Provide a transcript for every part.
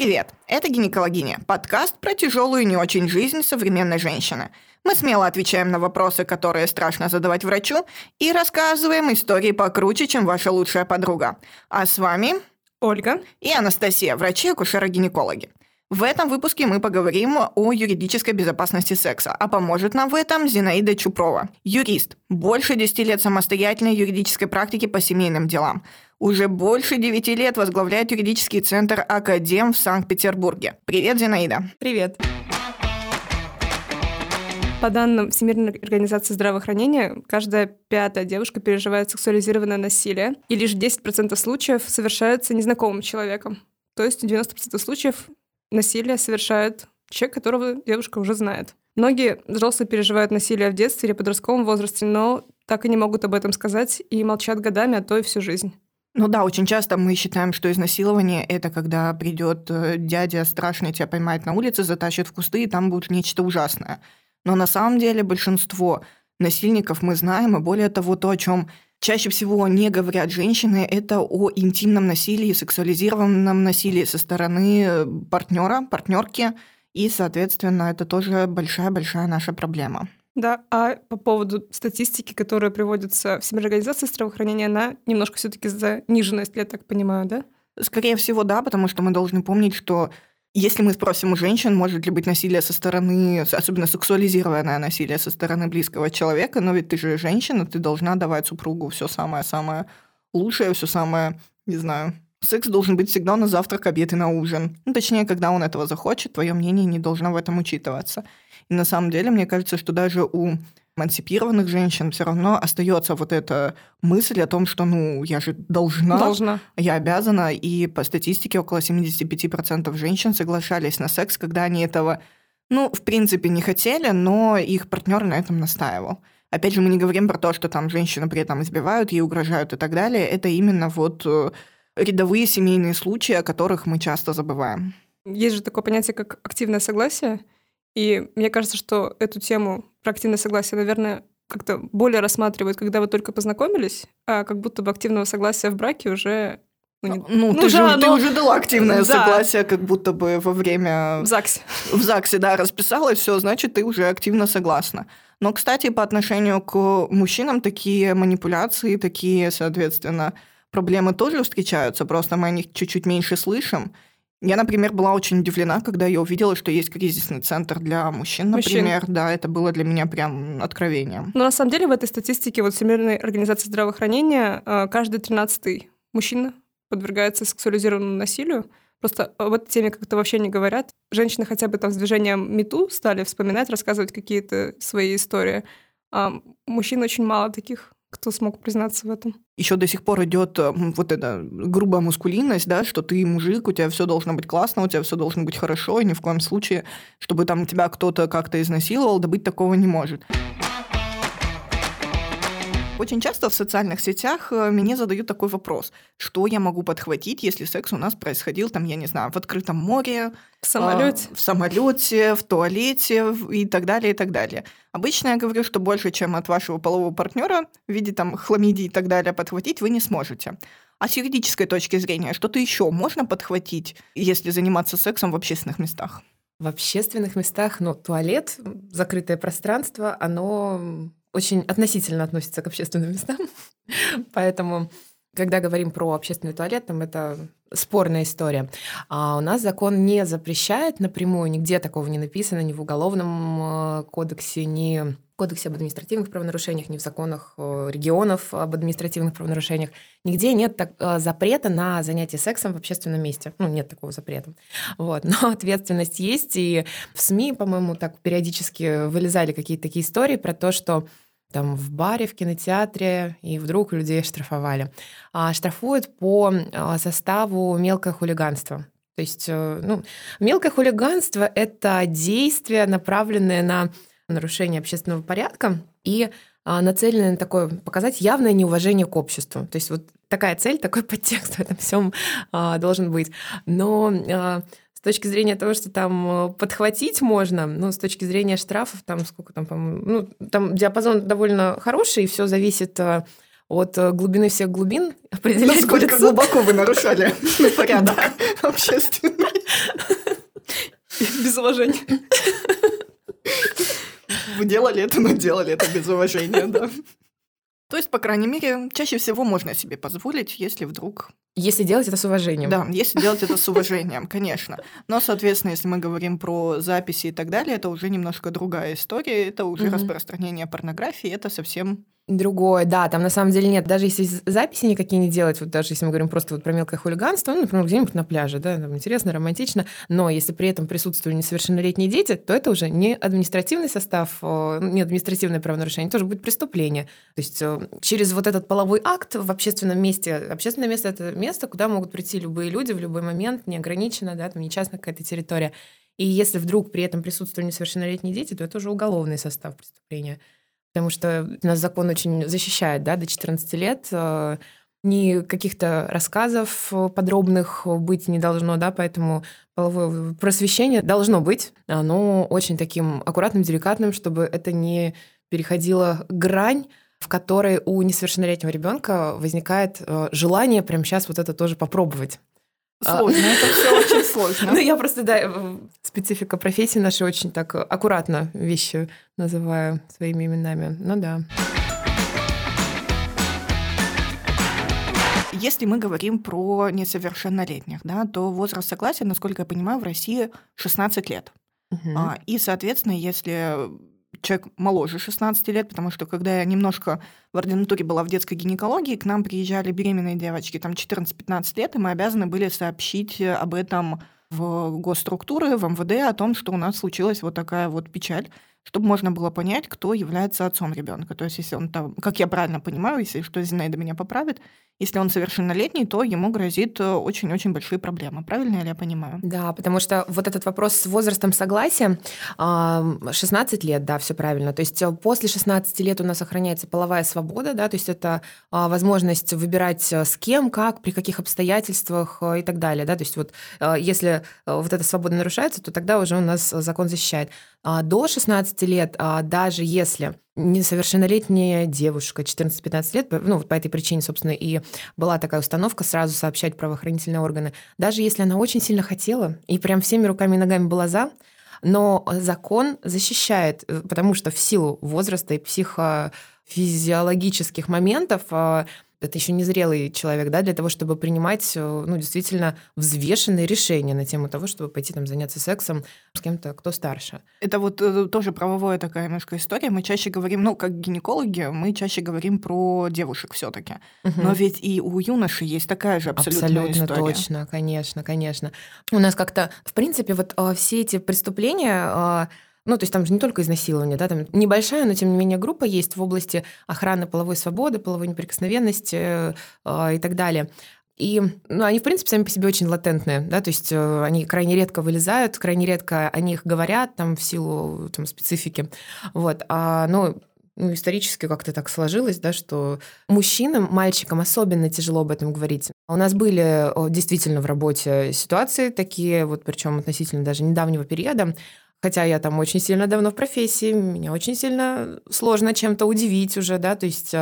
Привет, это «Гинекологиня» – подкаст про тяжелую и не очень жизнь современной женщины. Мы смело отвечаем на вопросы, которые страшно задавать врачу, и рассказываем истории покруче, чем ваша лучшая подруга. А с вами Ольга и Анастасия, врачи-акушеры-гинекологи. В этом выпуске мы поговорим о юридической безопасности секса, а поможет нам в этом Зинаида Чупрова, юрист, больше 10 лет самостоятельной юридической практики по семейным делам. Уже больше 9 лет возглавляет юридический центр «Академ» в Санкт-Петербурге. Привет, Зинаида. Привет. По данным Всемирной организации здравоохранения, каждая пятая девушка переживает сексуализированное насилие, и лишь 10% случаев совершаются незнакомым человеком. То есть 90% случаев насилие совершает человек, которого девушка уже знает. Многие взрослые переживают насилие в детстве или подростковом возрасте, но так и не могут об этом сказать и молчат годами, а то и всю жизнь. Ну да, очень часто мы считаем, что изнасилование – это когда придет дядя страшный, тебя поймает на улице, затащит в кусты, и там будет нечто ужасное. Но на самом деле большинство насильников мы знаем, и более того, то, о чем чаще всего не говорят женщины, это о интимном насилии, сексуализированном насилии со стороны партнера, партнерки, и, соответственно, это тоже большая-большая наша проблема. Да, а по поводу статистики, которая приводится в Всемирной организации здравоохранения, она немножко все-таки занижена, если я так понимаю, да? Скорее всего, да, потому что мы должны помнить, что если мы спросим у женщин, может ли быть насилие со стороны, особенно сексуализированное насилие со стороны близкого человека, но ведь ты же женщина, ты должна давать супругу все самое-самое лучшее, все самое, не знаю. Секс должен быть всегда на завтрак, обед и на ужин. Ну, точнее, когда он этого захочет, твое мнение не должно в этом учитываться. И на самом деле, мне кажется, что даже у эмансипированных женщин все равно остается вот эта мысль о том, что, я же должна, я обязана. И по статистике около 75% женщин соглашались на секс, когда они этого, в принципе, не хотели, но их партнер на этом настаивал. Опять же, мы не говорим про то, что там женщину при этом избивают, ей угрожают и так далее. Это именно рядовые семейные случаи, о которых мы часто забываем. Есть же такое понятие, как активное согласие. И мне кажется, что эту тему про активное согласие, наверное, как-то более рассматривают, когда вы только познакомились, а как будто бы активного согласия в браке уже... ты уже дала активное согласие, как будто бы во время... В ЗАГСе. В ЗАГСе, да, расписалась, все, значит, ты уже активно согласна. Но, кстати, по отношению к мужчинам такие манипуляции, такие, соответственно, проблемы тоже встречаются, просто мы о них чуть-чуть меньше слышим. Я, например, была очень удивлена, когда я увидела, что есть кризисный центр для мужчин, например. Да, это было для меня прям откровением. Но на самом деле в этой статистике Всемирной организации здравоохранения каждый 13-й мужчина подвергается сексуализированному насилию. Просто об этой теме как-то вообще не говорят. Женщины хотя бы там с движением #MeToo стали вспоминать, рассказывать какие-то свои истории. А мужчин очень мало таких, кто смог признаться в этом. Еще до сих пор идет вот эта грубая мускулинность, да, что ты мужик, у тебя все должно быть классно, у тебя все должно быть хорошо, и ни в коем случае, чтобы там тебя кто-то как-то изнасиловал, да быть такого не может. Очень часто в социальных сетях мне задают такой вопрос: что я могу подхватить, если секс у нас происходил, там, я не знаю, в открытом море, в самолете, в туалете и так далее, и так далее. Обычно я говорю, что больше, чем от вашего полового партнера в виде там хламидий и так далее подхватить вы не сможете. А с юридической точки зрения, что-то еще можно подхватить, если заниматься сексом в общественных местах? В общественных местах, туалет, закрытое пространство, оно очень относительно относится к общественным местам. Поэтому, когда говорим про общественный туалет, это спорная история. А у нас закон не запрещает напрямую, нигде такого не написано, ни в Уголовном кодексе, ни в Кодексе об административных правонарушениях, ни в законах регионов об административных правонарушениях. Нигде нет запрета на занятие сексом в общественном месте. Нет такого запрета. Но ответственность есть, и в СМИ, по-моему, так периодически вылезали какие-то такие истории про то, что там в баре, в кинотеатре, и вдруг людей штрафовали. Штрафуют по составу мелкое хулиганство. То есть, мелкое хулиганство – это действие, направленное на нарушение общественного порядка и нацеленное на такое показать явное неуважение к обществу. То есть вот такая цель, такой подтекст в этом всем должен быть. Но с точки зрения того, что там подхватить можно, с точки зрения штрафов, там сколько там, по-моему, там диапазон довольно хороший, и все зависит от глубины всех глубин определять Насколько будет суд. глубоко вы нарушали порядок общественный. Без уважения. Вы делали это, но делали это без уважения, да. То есть, по крайней мере, чаще всего можно себе позволить, если вдруг... Если делать это с уважением. Да, если делать это с уважением, конечно. Но, соответственно, если мы говорим про записи и так далее, это уже немножко другая история, это уже распространение порнографии, это совсем... Другое, да, там на самом деле нет. Даже если записи никакие не делать, вот даже если мы говорим просто вот про мелкое хулиганство, ну, например, где-нибудь на пляже, да, там интересно, романтично, но если при этом присутствуют несовершеннолетние дети, то это уже не административный состав, не административное правонарушение, тоже будет преступление. То есть через вот этот половой акт в общественном месте, общественное место — это место, куда могут прийти любые люди в любой момент, неограниченно, да, там не частная какая-то территория. И если вдруг при этом присутствуют несовершеннолетние дети, то это уже уголовный состав преступления. Потому что нас закон очень защищает, да, до 14 лет. Ни каких-то рассказов подробных быть не должно, да, поэтому половое просвещение должно быть. Оно очень таким аккуратным, деликатным, чтобы это не переходило грань, в которой у несовершеннолетнего ребенка возникает желание прямо сейчас вот это тоже попробовать. Сложно, это все очень сложно. Ну, я просто, да, специфика профессии нашей очень так аккуратно вещи называю своими именами. Ну да. Если мы говорим про несовершеннолетних, да, то возраст согласия, насколько я понимаю, в России 16 лет. И, соответственно, если человек моложе 16 лет, потому что когда я немножко в ординатуре была в детской гинекологии, к нам приезжали беременные девочки, там 14-15 лет, и мы обязаны были сообщить об этом в госструктуры, в МВД, о том, что у нас случилась вот такая вот печаль, чтобы можно было понять, кто является отцом ребенка. То есть, если он там, как я правильно понимаю, если что, Зинаида меня поправит, если он совершеннолетний, то ему грозит очень-очень большие проблемы. Правильно ли я понимаю? Да, потому что вот этот вопрос с возрастом согласия, 16 лет, да, все правильно. То есть после 16 лет у нас сохраняется половая свобода, да, то есть это возможность выбирать с кем, как, при каких обстоятельствах и так далее, да, то есть вот если вот эта свобода нарушается, то тогда уже у нас закон защищает. До 16 лет, даже если несовершеннолетняя девушка, 14-15 лет, ну вот по этой причине, собственно, и была такая установка сразу сообщать в правоохранительные органы, даже если она очень сильно хотела и прям всеми руками и ногами была за, но закон защищает, потому что в силу возраста и психофизиологических моментов это еще незрелый человек, да, для того, чтобы принимать, ну, действительно взвешенные решения на тему того, чтобы пойти там заняться сексом с кем-то, кто старше. Это вот тоже правовая такая немножко история. Мы чаще говорим, ну, как гинекологи, мы чаще говорим про девушек все-таки. Но ведь и у юношей есть такая же абсолютная история. Абсолютно точно, конечно, конечно. У нас как-то, в принципе, вот все эти преступления... Ну, то есть там же не только изнасилование, да, там небольшая, но тем не менее группа есть в области охраны половой свободы, половой неприкосновенности и так далее. И ну, они, в принципе, сами по себе очень латентные, да, то есть они крайне редко вылезают, крайне редко о них говорят там, в силу там, специфики. Вот. Но исторически как-то так сложилось, да, что мужчинам, мальчикам особенно тяжело об этом говорить. У нас были действительно в работе ситуации такие, вот причем относительно даже недавнего периода, хотя я там очень сильно давно в профессии, меня очень сильно сложно чем-то удивить уже, да, то есть,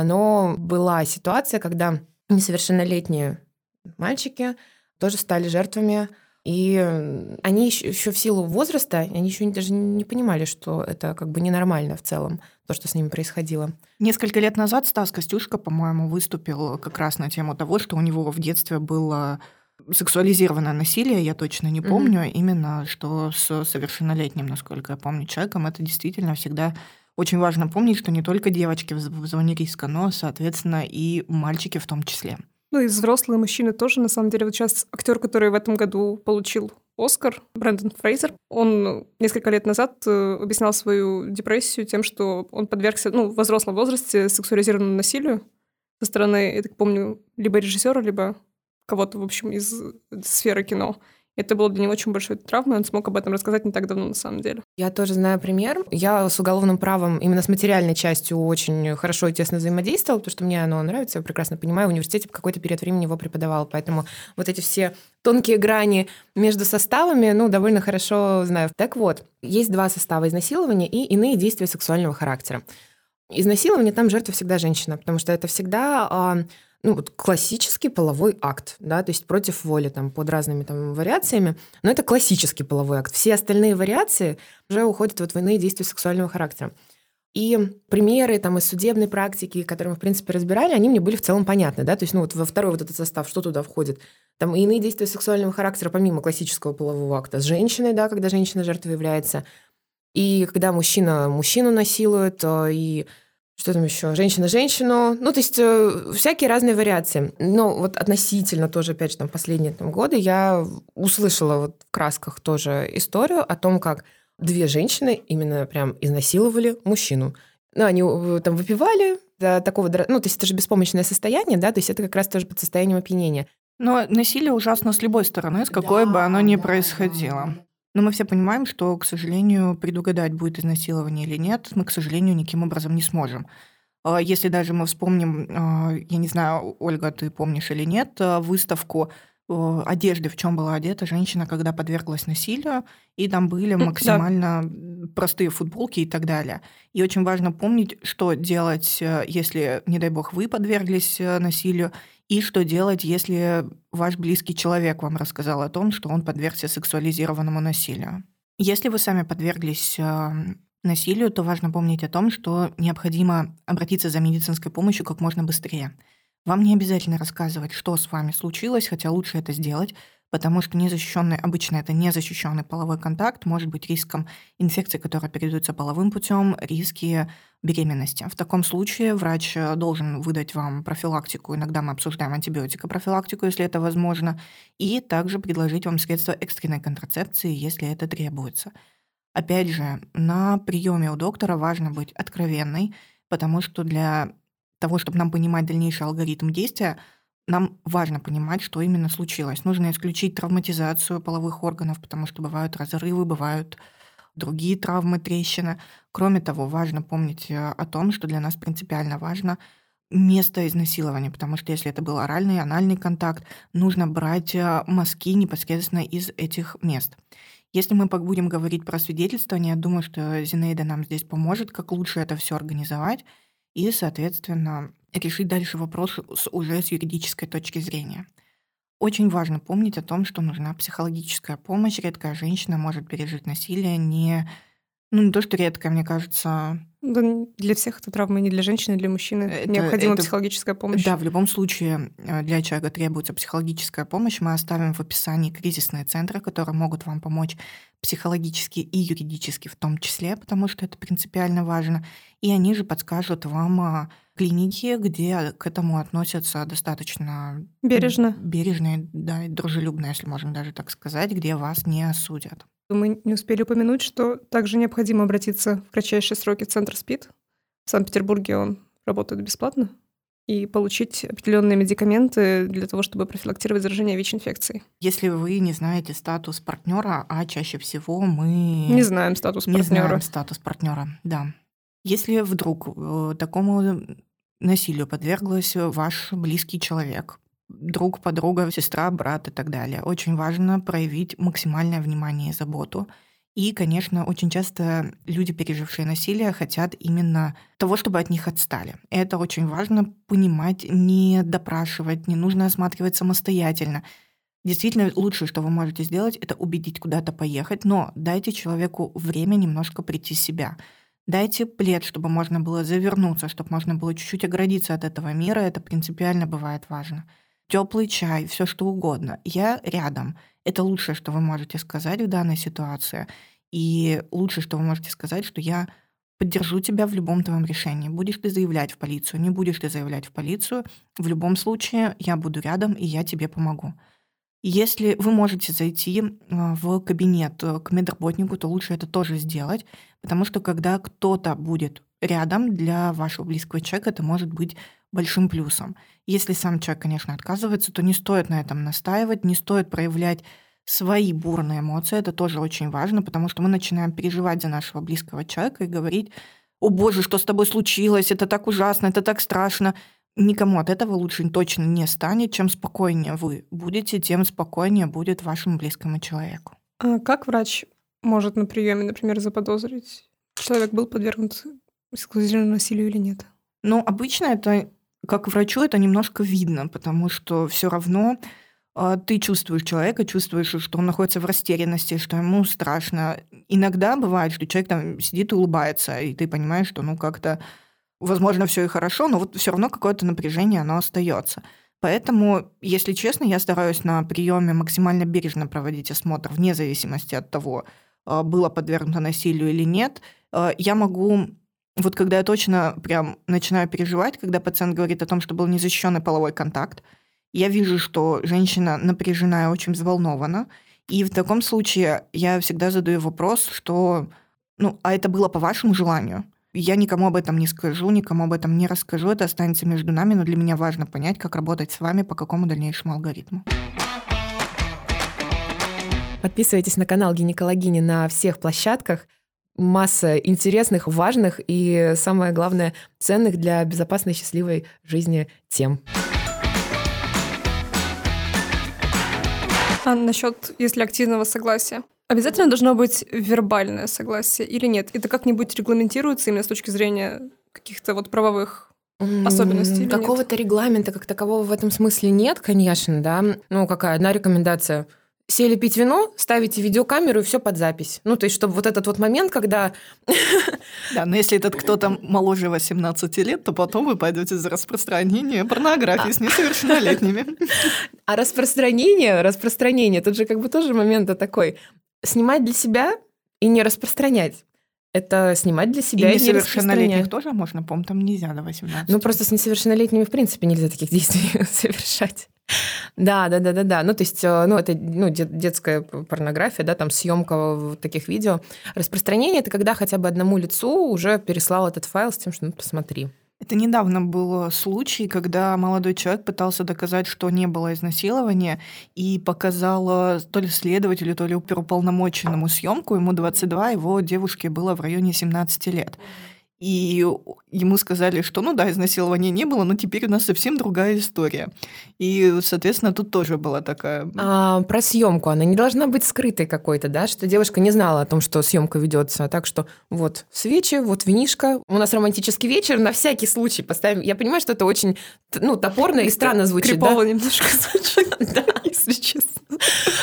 но была ситуация, когда несовершеннолетние мальчики тоже стали жертвами, и они еще в силу возраста, они еще даже не понимали, что это как бы ненормально в целом, то, что с ними происходило. Несколько лет назад Стас Костюшко, по-моему, выступил как раз на тему того, что у него в детстве было сексуализированное насилие, я точно не помню, именно что с совершеннолетним, насколько я помню, человеком. Это действительно всегда очень важно помнить, что не только девочки в зоне риска, но, соответственно, и мальчики в том числе. Ну и взрослые мужчины тоже, на самом деле. Вот сейчас актер, который в этом году получил Оскар, Брэндон Фрейзер, он несколько лет назад объяснял свою депрессию тем, что он подвергся, в взрослом возрасте сексуализированному насилию со стороны, я так помню, либо режиссера, либо кого-то, в общем, из сферы кино. Это было для него очень большой травмой, он смог об этом рассказать не так давно, на самом деле. Я тоже знаю пример. Я с уголовным правом, именно с материальной частью, очень хорошо и тесно взаимодействовала, потому что мне оно нравится, я прекрасно понимаю, в университете в какой-то период времени его преподавала, поэтому вот эти все тонкие грани между составами, довольно хорошо знаю. Так вот, есть два состава: изнасилования и иные действия сексуального характера. Изнасилование, там жертва всегда женщина, потому что это всегда классический половой акт, да, то есть против воли, там, под разными там вариациями, но это классический половой акт. Все остальные вариации уже уходят в иные действия сексуального характера. И примеры там из судебной практики, которые мы, в принципе, разбирали, они мне были в целом понятны, да, то есть, во второй вот этот состав, что туда входит? Там иные действия сексуального характера, помимо классического полового акта, с женщиной, да, когда женщина жертвой является, и когда мужчина мужчину насилует, и что там еще? Женщина женщину. То есть всякие разные вариации. Но вот относительно тоже, опять же, там, последние годы я услышала вот в красках тоже историю о том, как 2 женщины именно прям изнасиловали мужчину. Они там выпивали до такого... то есть это же беспомощное состояние, да, то есть это как раз тоже под состоянием опьянения. Но насилие ужасно с любой стороны, с какой бы оно ни происходило. Но мы все понимаем, что, к сожалению, предугадать, будет изнасилование или нет, мы, к сожалению, никаким образом не сможем. Если даже мы вспомним, я не знаю, Ольга, ты помнишь или нет, выставку одежды, в чем была одета женщина, когда подверглась насилию, и там были максимально простые футболки и так далее. И очень важно помнить, что делать, если, не дай бог, вы подверглись насилию, и что делать, если ваш близкий человек вам рассказал о том, что он подвергся сексуализированному насилию. Если вы сами подверглись насилию, то важно помнить о том, что необходимо обратиться за медицинской помощью как можно быстрее. Вам не обязательно рассказывать, что с вами случилось, хотя лучше это сделать, потому что обычно это незащищенный половой контакт может быть риском инфекции, которая передается половым путем, риски беременности. В таком случае врач должен выдать вам профилактику, иногда мы обсуждаем антибиотикопрофилактику, если это возможно, и также предложить вам средства экстренной контрацепции, если это требуется. Опять же, на приеме у доктора важно быть откровенной, потому что для того, чтобы нам понимать дальнейший алгоритм действия, нам важно понимать, что именно случилось. Нужно исключить травматизацию половых органов, потому что бывают разрывы, бывают другие травмы, трещины. Кроме того, важно помнить о том, что для нас принципиально важно место изнасилования, потому что если это был оральный, анальный контакт, нужно брать мазки непосредственно из этих мест. Если мы будем говорить про свидетельствование, я думаю, что Зинаида нам здесь поможет, как лучше это все организовать и, соответственно, решить дальше вопрос уже с юридической точки зрения. Очень важно помнить о том, что нужна психологическая помощь. Редкая женщина может пережить насилие не то, что редкая, мне кажется. Да, для всех это травма, не для женщины, для мужчины. Необходима психологическая помощь. Да, в любом случае для человека требуется психологическая помощь. Мы оставим в описании кризисные центры, которые могут вам помочь психологически и юридически в том числе, потому что это принципиально важно. И они же подскажут вам клиники, где к этому относятся достаточно бережно, да, и дружелюбно, если можно даже так сказать, где вас не осудят. Мы не успели упомянуть, что также необходимо обратиться в кратчайшие сроки в Центр СПИД. В Санкт-Петербурге он работает бесплатно. И получить определенные медикаменты для того, чтобы профилактировать заражение ВИЧ-инфекцией. Если вы не знаете статус партнера, а чаще всего мы не знаем статус партнера, да. Если вдруг такому насилию подверглась ваш близкий человек, друг, подруга, сестра, брат и так далее, очень важно проявить максимальное внимание и заботу. И, конечно, очень часто люди, пережившие насилие, хотят именно того, чтобы от них отстали. Это очень важно понимать, не допрашивать, не нужно осматривать самостоятельно. Действительно, лучшее, что вы можете сделать, это убедить куда-то поехать, но дайте человеку время немножко прийти в себя. Дайте плед, чтобы можно было завернуться, чтобы можно было чуть-чуть оградиться от этого мира. Это принципиально бывает важно. Теплый чай, все что угодно. Я рядом. Это лучшее, что вы можете сказать в данной ситуации. И лучшее, что вы можете сказать, что я поддержу тебя в любом твоем решении. Будешь ты заявлять в полицию, не будешь ты заявлять в полицию, в любом случае я буду рядом, и я тебе помогу. Если вы можете зайти в кабинет к медработнику, то лучше это тоже сделать, потому что когда кто-то будет рядом, для вашего близкого человека это может быть большим плюсом. Если сам человек, конечно, отказывается, то не стоит на этом настаивать, не стоит проявлять свои бурные эмоции. Это тоже очень важно, потому что мы начинаем переживать за нашего близкого человека и говорить: «О боже, что с тобой случилось? Это так ужасно, это так страшно». Никому от этого лучше точно не станет. Чем спокойнее вы будете, тем спокойнее будет вашему близкому человеку. А как врач может на приеме, например, заподозрить, человек был подвергнут эксклюзивному насилию или нет? Ну, обычно это, как врачу, это немножко видно, потому что все равно ты чувствуешь человека, чувствуешь, что он находится в растерянности, что ему страшно. Иногда бывает, что человек там сидит и улыбается, и ты понимаешь, что как-то, возможно, все и хорошо, но вот все равно какое-то напряжение, оно остается. Поэтому, если честно, я стараюсь на приеме максимально бережно проводить осмотр, вне зависимости от того, было подвергнуто насилию или нет. Я могу, вот когда я точно прям начинаю переживать, когда пациент говорит о том, что был незащищенный половой контакт, я вижу, что женщина напряжена и очень взволнована. И в таком случае я всегда задаю вопрос, что, а это было по вашему желанию? Я никому об этом не скажу, никому об этом не расскажу, это останется между нами, но для меня важно понять, как работать с вами, по какому дальнейшему алгоритму. Подписывайтесь на канал Гинекологини на всех площадках. Масса интересных, важных и, самое главное, ценных для безопасной и счастливой жизни тем. А насчет, если активного согласия? Обязательно должно быть вербальное согласие или нет? Это как-нибудь регламентируется именно с точки зрения каких-то вот правовых особенностей? Какого-то регламента как такового в этом смысле нет, конечно, да. Какая одна рекомендация? Сели пить вино, ставите видеокамеру и все под запись. То есть, чтобы вот этот вот момент, когда... Да, но если этот кто-то моложе 18 лет, то потом вы пойдете за распространение порнографии с несовершеннолетними. А распространение, тут же как бы тоже момент такой. Снимать для себя и не распространять. Это снимать для себя и не распространять. Несовершеннолетних тоже можно, по-моему, там нельзя до 18. Просто с несовершеннолетними, в принципе, нельзя таких действий совершать. Да. То есть, это детская порнография, да, там съемка таких видео. Распространение – это когда хотя бы одному лицу уже переслал этот файл с тем, что посмотри. Это недавно был случай, когда молодой человек пытался доказать, что не было изнасилования, и показал то ли следователю, то ли оперуполномоченному съемку. Ему 22, его девушке было в районе 17 лет. И ему сказали, что изнасилования не было, но теперь у нас совсем другая история. И, соответственно, тут тоже была такая... Про съемку. Она не должна быть скрытой какой-то, да, что девушка не знала о том, что съемка ведется. Так что вот свечи, вот винишко. У нас романтический вечер, на всякий случай поставим. Я понимаю, что это очень топорно и странно звучит. Крипово немножко звучит, да, если честно.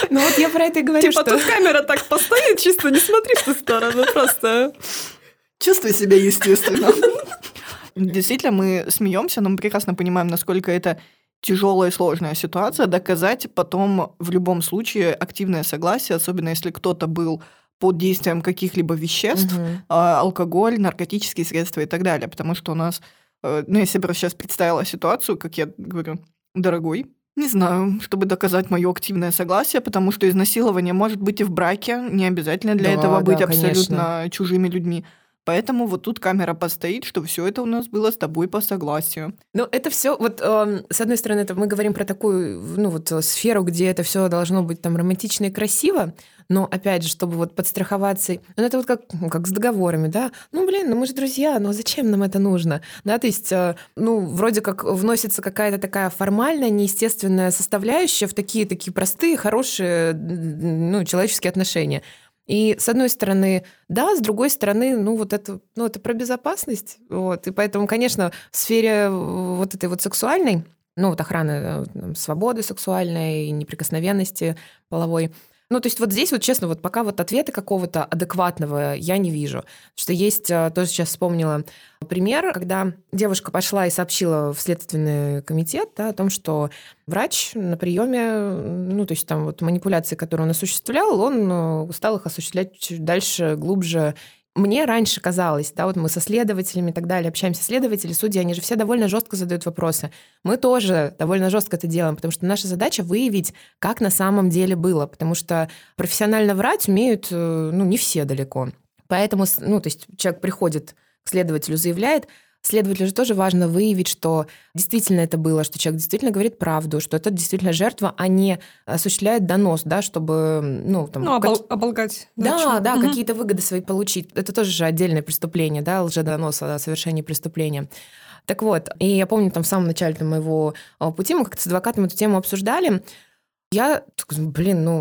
Я про это и говорю, что... тут камера так постоит, чисто не смотри в ту сторону, просто... Чувствуй себя естественно. Действительно, мы смеемся, но мы прекрасно понимаем, насколько это тяжелая и сложная ситуация. Доказать потом в любом случае активное согласие, особенно если кто-то был под действием каких-либо веществ, алкоголь, наркотические средства и так далее. Потому что у нас, я себе сейчас представила ситуацию, как я говорю, дорогой, не знаю, чтобы доказать мое активное согласие, потому что изнасилование может быть и в браке, не обязательно для этого быть абсолютно чужими людьми. Поэтому вот тут камера постоит, что все это у нас было с тобой по согласию. Это все с одной стороны, это мы говорим про такую, сферу, где это все должно быть там романтично и красиво, но опять же, чтобы подстраховаться, это как с договорами, да? Мы же друзья, но зачем нам это нужно? Да, то есть, вроде как вносится какая-то такая формальная, неестественная составляющая в такие простые, хорошие, человеческие отношения. И с одной стороны, да, с другой стороны, это про безопасность. И поэтому, конечно, в сфере вот этой сексуальной, охраны свободы сексуальной, неприкосновенности половой, то есть здесь честно, пока ответа какого-то адекватного я не вижу. Что есть, тоже сейчас вспомнила пример, когда девушка пошла и сообщила в Следственный комитет, да, о том, что врач на приеме, то есть там манипуляции, которые он осуществлял, он стал их осуществлять чуть дальше, глубже. Мне раньше казалось, да, мы со следователями и так далее общаемся, следователи, судьи, они же все довольно жестко задают вопросы. Мы тоже довольно жестко это делаем, потому что наша задача выявить, как на самом деле было, потому что профессионально врать умеют, не все далеко. Поэтому, то есть человек приходит к следователю, заявляет, следователю же тоже важно выявить, что действительно это было, что человек действительно говорит правду, что это действительно жертва, а не осуществляет донос, да, чтобы... оболгать. Да, какие-то выгоды свои получить. Это тоже же отдельное преступление, да, лжедонос о совершении преступления. Так вот, и я помню, в самом начале моего пути мы как-то с адвокатом эту тему обсуждали. Я,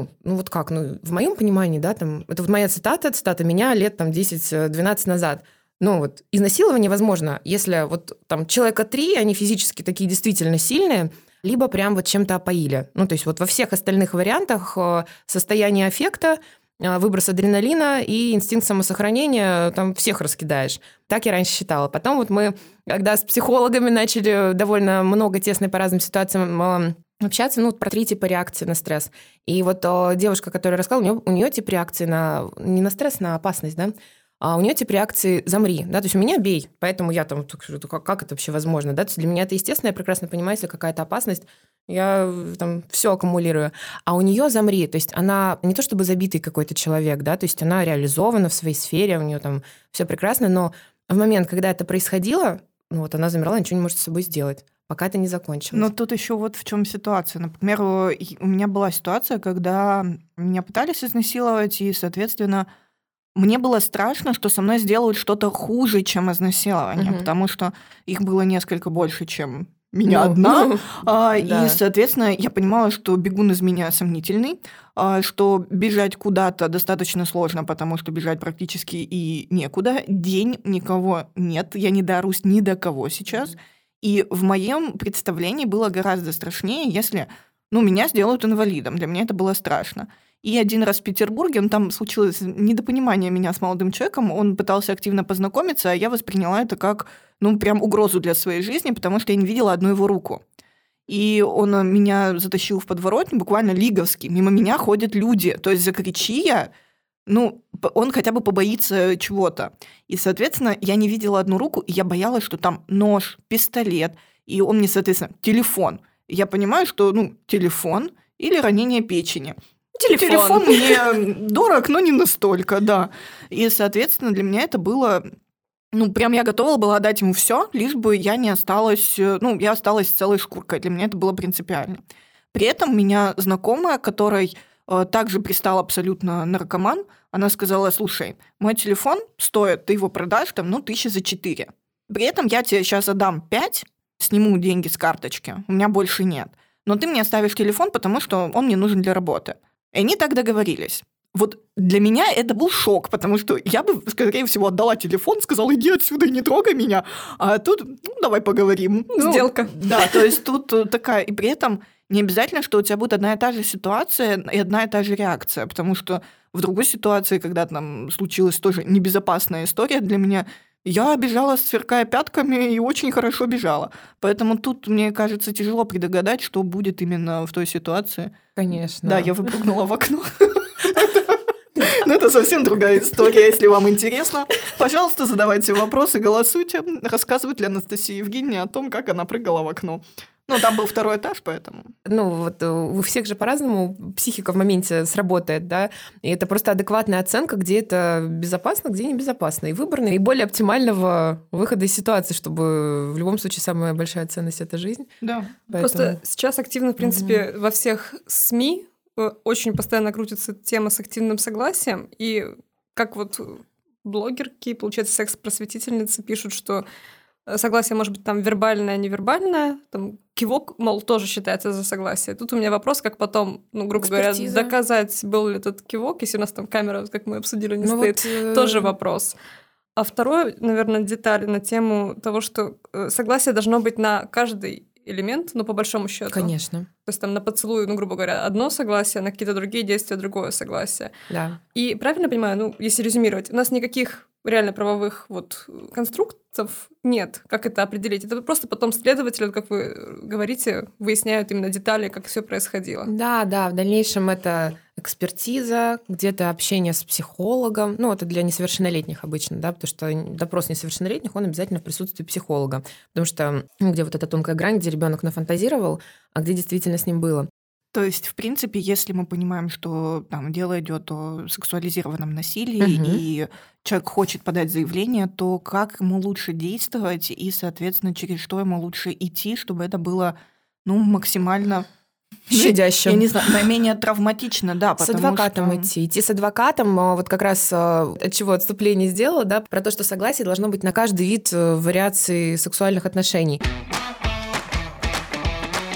в моем понимании, да, это моя цитата меня лет 10-12 назад. Ну вот изнасилование возможно, если вот там человека 3, они физически такие действительно сильные, либо прям вот чем-то опоили. Ну то есть вот во всех остальных вариантах состояние аффекта, выброс адреналина и инстинкт самосохранения там всех раскидаешь. Так я раньше считала. Потом вот мы, когда с психологами начали довольно много тесно по разным ситуациям общаться, ну, про 3 типа реакции на стресс. И вот девушка, которая рассказала, у нее тип реакции не на стресс, на опасность, да, а у нее тип реакции «замри», да, то есть у меня «бей», поэтому я там как это вообще возможно, да, то есть для меня это естественно, я прекрасно понимаю, если какая-то опасность, я там все аккумулирую, а у нее «замри», то есть она не то чтобы забитый какой-то человек, да, то есть она реализована в своей сфере, у нее там все прекрасно, но в момент, когда это происходило, ну вот она замерла, ничего не может с собой сделать, пока это не закончилось. Но тут еще вот в чем ситуация. Например, у меня была ситуация, когда меня пытались изнасиловать, и, соответственно, мне было страшно, что со мной сделают что-то хуже, чем изнасилование, потому что их было несколько больше, чем меня одна. И, соответственно, я понимала, что бегун из меня сомнительный, что бежать куда-то достаточно сложно, потому что бежать практически и некуда. День, никого нет, я не дорусь ни до кого сейчас. И в моем представлении было гораздо страшнее, если меня сделают инвалидом. Для меня это было страшно. И один раз в Петербурге, там случилось недопонимание меня с молодым человеком, он пытался активно познакомиться, а я восприняла это как, прям угрозу для своей жизни, потому что я не видела одну его руку. И он меня затащил в подворотню, буквально лиговский, мимо меня ходят люди, то есть закричи я, он хотя бы побоится чего-то. И, соответственно, я не видела одну руку, и я боялась, что там нож, пистолет, и он мне, соответственно, телефон. Я понимаю, что, телефон или ранение печени. Телефон мне дорог, но не настолько, да. И, соответственно, для меня это было... прям я готова была дать ему все, лишь бы я не осталась... я осталась целой шкуркой. Для меня это было принципиально. При этом меня знакомая, которой также пристал абсолютно наркоман, она сказала: слушай, мой телефон стоит, ты его продашь, 1000 за 4. При этом я тебе сейчас отдам 5, сниму деньги с карточки, у меня больше нет. Но ты мне оставишь телефон, потому что он мне нужен для работы. И они так договорились. Вот для меня это был шок, потому что я бы, скорее всего, отдала телефон, сказала: иди отсюда и не трогай меня. А тут, давай поговорим. Сделка. Да, то есть тут такая... И при этом не обязательно, что у тебя будет одна и та же ситуация и одна и та же реакция, потому что в другой ситуации, когда там случилась тоже небезопасная история для меня, я бежала, сверкая пятками, и очень хорошо бежала. Поэтому тут, мне кажется, тяжело предугадать, что будет именно в той ситуации. Конечно. Да, я выпрыгнула в окно. Но это совсем другая история. Если вам интересно, пожалуйста, задавайте вопросы, голосуйте. Рассказывает ли Анастасия Евгеньевна о том, как она прыгала в окно. Там был 2-й этаж, поэтому... Вот у всех же по-разному психика в моменте сработает, да, и это просто адекватная оценка, где это безопасно, где небезопасно, и выбор наиболее оптимального выхода из ситуации, чтобы в любом случае самая большая ценность — это жизнь. Да. Поэтому... Просто сейчас активно, в принципе, во всех СМИ очень постоянно крутится тема с активным согласием, и как вот блогерки, получается, секс-просветительницы пишут, что согласие может быть там вербальное, невербальное, там кивок, мол, тоже считается за согласие. Тут у меня вопрос, как потом, грубо говоря, доказать, был ли этот кивок, если у нас там камера, как мы обсудили, не стоит, тоже вопрос. А второе, наверное, деталь на тему того, что согласие должно быть на каждый элемент, по большому счету. Конечно. То есть там на поцелуй, грубо говоря, одно согласие, на какие-то другие действия другое согласие. Да. И правильно понимаю, если резюмировать, у нас никаких реально правовых конструктов нет, как это определить. Это просто потом следователи, как вы говорите, выясняют именно детали, как все происходило. Да, в дальнейшем это экспертиза, где-то общение с психологом. Это для несовершеннолетних обычно, да, потому что допрос несовершеннолетних, он обязательно в присутствии психолога, потому что где вот эта тонкая грань, где ребенок нафантазировал, а где действительно с ним было. То есть, в принципе, если мы понимаем, что дело идет о сексуализированном насилии, и человек хочет подать заявление, то как ему лучше действовать и, соответственно, через что ему лучше идти, чтобы это было максимально... Щадяще. Я не знаю, наименее травматично, да. С адвокатом идти с адвокатом, вот как раз от чего отступление сделала, да, про то, что согласие должно быть на каждый вид вариации сексуальных отношений.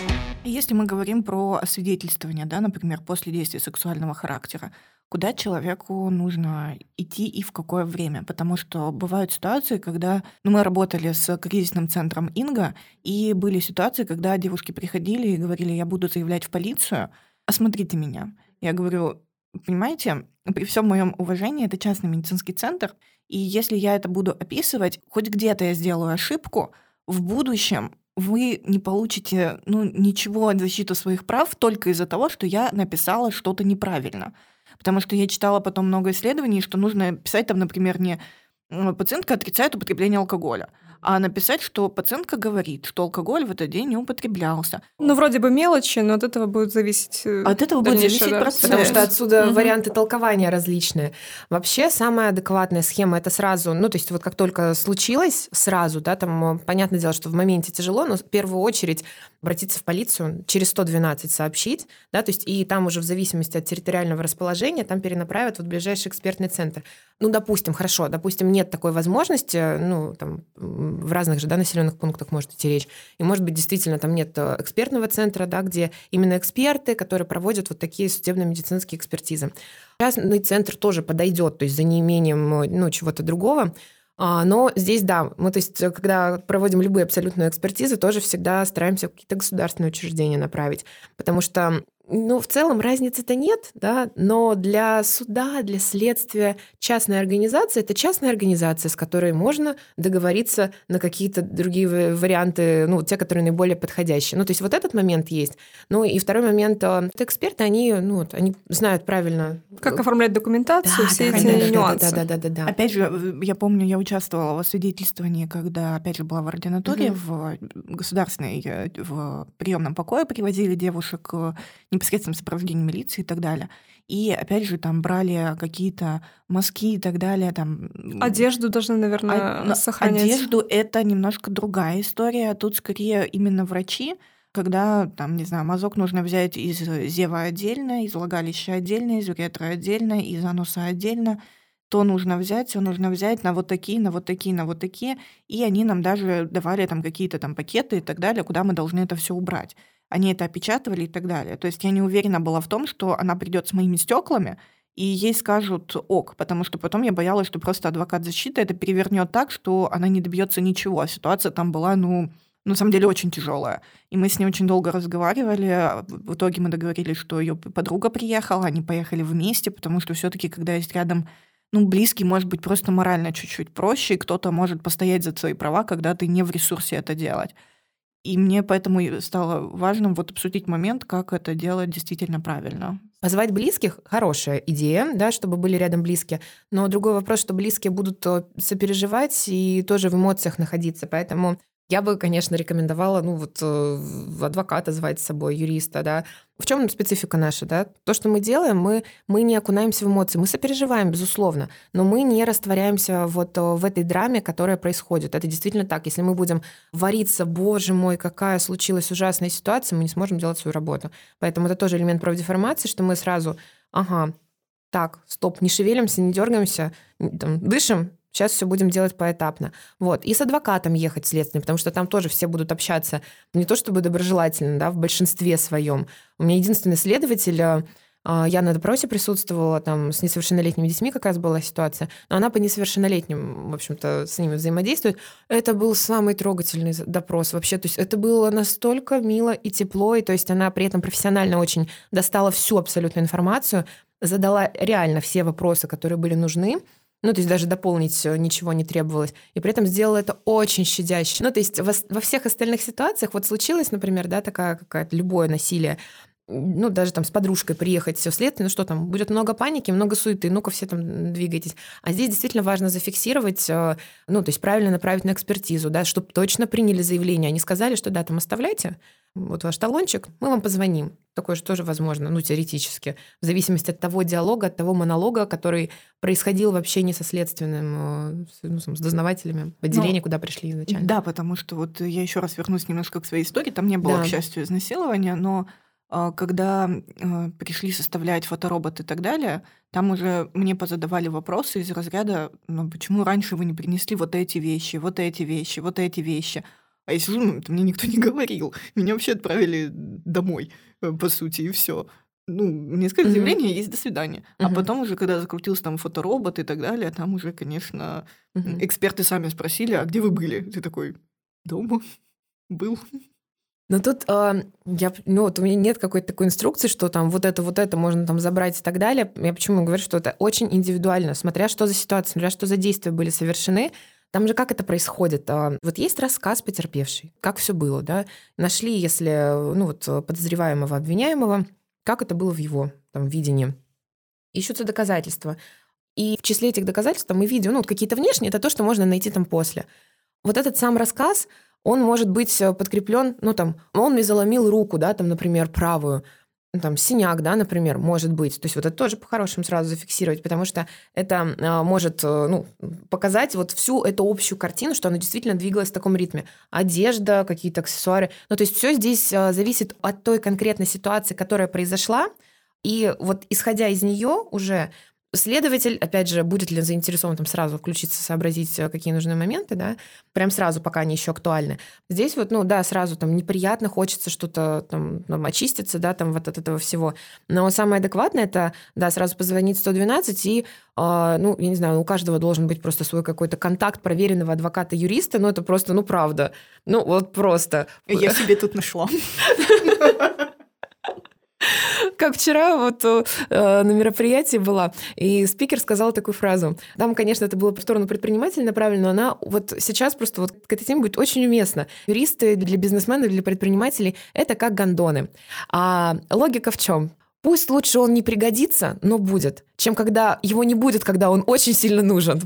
если мы говорим про освидетельствование, да, например, после действия сексуального характера, куда человеку нужно идти и в какое время? Потому что бывают ситуации, когда мы работали с кризисным центром Инга, и были ситуации, когда девушки приходили и говорили: я буду заявлять в полицию, осмотрите меня. Я говорю: понимаете, при всем моем уважении, это частный медицинский центр, и если я это буду описывать, хоть где-то я сделаю ошибку, в будущем вы не получите ничего от защиты своих прав только из-за того, что я написала что-то неправильно. Потому что я читала потом много исследований, что нужно писать там, например, не пациентка отрицает употребление алкоголя, а написать, что пациентка говорит, что алкоголь в этот день не употреблялся. Вроде бы мелочи, но от этого будет зависеть От этого будет зависеть дальнейшее, да. процесс. Потому что отсюда варианты толкования различные. Вообще самая адекватная схема — это сразу, то есть вот как только случилось, сразу, да, там, понятное дело, что в моменте тяжело, но в первую очередь обратиться в полицию, через 112 сообщить, да, то есть и там уже в зависимости от территориального расположения там перенаправят в ближайший экспертный центр. Допустим, нет такой возможности, там в разных же, да, населенных пунктах может идти речь. И, может быть, действительно там нет экспертного центра, да, где именно эксперты, которые проводят вот такие судебно-медицинские экспертизы. Частный центр тоже подойдет, то есть за неимением чего-то другого. Но здесь, да, мы, то есть, когда проводим любые абсолютные экспертизы, тоже всегда стараемся в какие-то государственные учреждения направить. Потому что в целом разницы-то нет, да, но для суда, для следствия частная организация — это частная организация, с которой можно договориться на какие-то другие варианты, те, которые наиболее подходящие. То есть вот этот момент есть. И второй момент, эксперты, они знают правильно... Как оформлять документацию, все эти нюансы. Да. Опять же, я помню, я участвовала в освидетельствовании, когда, опять же, была в ординатуре, в государственной, в приемном покое привозили девушек непосредственном сопровождении милиции и так далее. И, опять же, там брали какие-то мазки и так далее. Там... Одежду должны, наверное, сохранять. Одежду — это немножко другая история. Тут скорее именно врачи, когда, там, не знаю, мазок нужно взять из зева отдельно, из влагалища отдельно, из уретры отдельно, из ануса отдельно. То нужно взять, все нужно взять на вот такие, на вот такие, на вот такие. И они нам даже давали там какие-то там пакеты и так далее, куда мы должны это все убрать. Они это опечатывали и так далее. То есть я не уверена была в том, что она придет с моими стеклами, и ей скажут ок, потому что потом я боялась, что просто адвокат защиты это перевернет так, что она не добьется ничего. А ситуация там была, на самом деле, очень тяжелая. И мы с ней очень долго разговаривали. В итоге мы договорились, что ее подруга приехала, они поехали вместе, потому что все-таки, когда есть рядом близкий, может быть, просто морально чуть-чуть проще, и кто-то может постоять за свои права, когда ты не в ресурсе это делать. И мне поэтому стало важным обсудить момент, как это делать действительно правильно. Позвать близких — хорошая идея, да, чтобы были рядом близкие. Но другой вопрос, что близкие будут сопереживать и тоже в эмоциях находиться. Поэтому я бы, конечно, рекомендовала, адвоката звать с собой, юриста, да. В чем специфика наша, да? То, что мы делаем, мы не окунаемся в эмоции, мы сопереживаем, безусловно, но мы не растворяемся в этой драме, которая происходит. Это действительно так. Если мы будем вариться, боже мой, какая случилась ужасная ситуация, мы не сможем делать свою работу. Поэтому это тоже элемент профдеформации, что мы сразу, так, стоп, не шевелимся, не дергаемся, дышим, сейчас все будем делать поэтапно. И с адвокатом ехать следственным, потому что там тоже все будут общаться не то чтобы доброжелательно, да, в большинстве своем. У меня единственный следователь, я на допросе присутствовала, там с несовершеннолетними детьми как раз была ситуация, но она по несовершеннолетним, в общем-то, с ними взаимодействует. Это был самый трогательный допрос вообще. То есть это было настолько мило и тепло, и то есть она при этом профессионально очень достала всю абсолютную информацию, задала реально все вопросы, которые были нужны. То есть даже дополнить ничего не требовалось. И при этом сделала это очень щадяще. То есть во всех остальных ситуациях случилось, например, да, такая какая-то любое насилие, даже там с подружкой приехать все следствие, что там, будет много паники, много суеты, ну-ка все там двигайтесь. А здесь действительно важно зафиксировать, то есть правильно направить на экспертизу, да, чтобы точно приняли заявление. Они сказали, что да, там оставляйте, ваш талончик, мы вам позвоним. Такое же тоже возможно, теоретически, в зависимости от того диалога, от того монолога, который происходил в общении со следственным, с дознавателями в отделении, куда пришли изначально. Да, потому что я еще раз вернусь немножко к своей истории, там не было, к счастью, изнасилования, но когда пришли составлять фоторобот и так далее, там уже мне позадавали вопросы из разряда, почему раньше вы не принесли вот эти вещи, вот эти вещи, вот эти вещи. А я сижу, это мне никто не говорил. Меня вообще отправили домой, по сути, и все. Мне сказали, заявление есть, до свидания. А потом уже, когда закрутился там фоторобот и так далее, там уже, конечно, эксперты сами спросили, а где вы были? Ты такой, дома был. Но тут вот у меня нет какой-то такой инструкции, что там вот это можно там забрать и так далее. Я почему говорю, что это очень индивидуально, смотря что за ситуация, смотря что за действия были совершены. Там же как это происходит? Вот есть рассказ потерпевшей, как все было, да? Нашли, если подозреваемого, обвиняемого, как это было в его там видении. Ищутся доказательства. И в числе этих доказательств мы видим, какие-то внешние, это то, что можно найти там после. Вот этот сам рассказ, он может быть подкреплен, он мне заломил руку, да, там, например, правую, синяк, да, например, может быть. То есть вот это тоже по-хорошему сразу зафиксировать, потому что это может показать вот всю эту общую картину, что она действительно двигалась в таком ритме. Одежда, какие-то аксессуары. То есть все здесь зависит от той конкретной ситуации, которая произошла, и вот исходя из нее уже следователь, опять же, будет ли заинтересован сразу включиться, сообразить, какие нужны моменты, да, прям сразу, пока они еще актуальны. Здесь сразу неприятно, хочется что-то очиститься, да, вот от этого всего. Но самое адекватное — это, сразу позвонить 112 и, я не знаю, у каждого должен быть просто свой какой-то контакт проверенного адвоката-юриста, но это просто, правда. Вот просто. Я себе тут нашла. Как вчера на мероприятии была, и спикер сказал такую фразу. Там, конечно, это было в сторону предпринимателей направлено, но она сейчас просто к этой теме будет очень уместна. Юристы для бизнесменов, для предпринимателей — это как гондоны. А логика в чем? Пусть лучше он не пригодится, но будет, чем когда его не будет, когда он очень сильно нужен.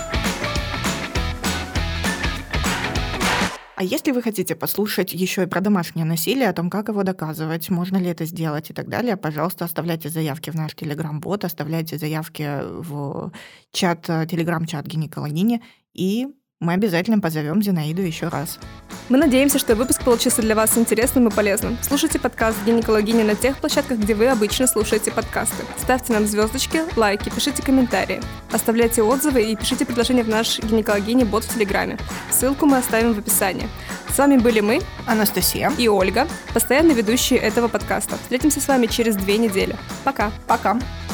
А если вы хотите послушать еще и про домашнее насилие, о том, как его доказывать, можно ли это сделать и так далее, пожалуйста, оставляйте заявки в наш Telegram-бот, оставляйте заявки в Telegram-чат гинекологини, и мы обязательно позовем Зинаиду еще раз. Мы надеемся, что выпуск получился для вас интересным и полезным. Слушайте подкаст «Гинекологиня» на тех площадках, где вы обычно слушаете подкасты. Ставьте нам звездочки, лайки, пишите комментарии. Оставляйте отзывы и пишите предложения в наш «Гинекологиня-бот» в Телеграме. Ссылку мы оставим в описании. С вами были мы, Анастасия и Ольга, постоянные ведущие этого подкаста. Встретимся с вами через 2 недели. Пока. Пока.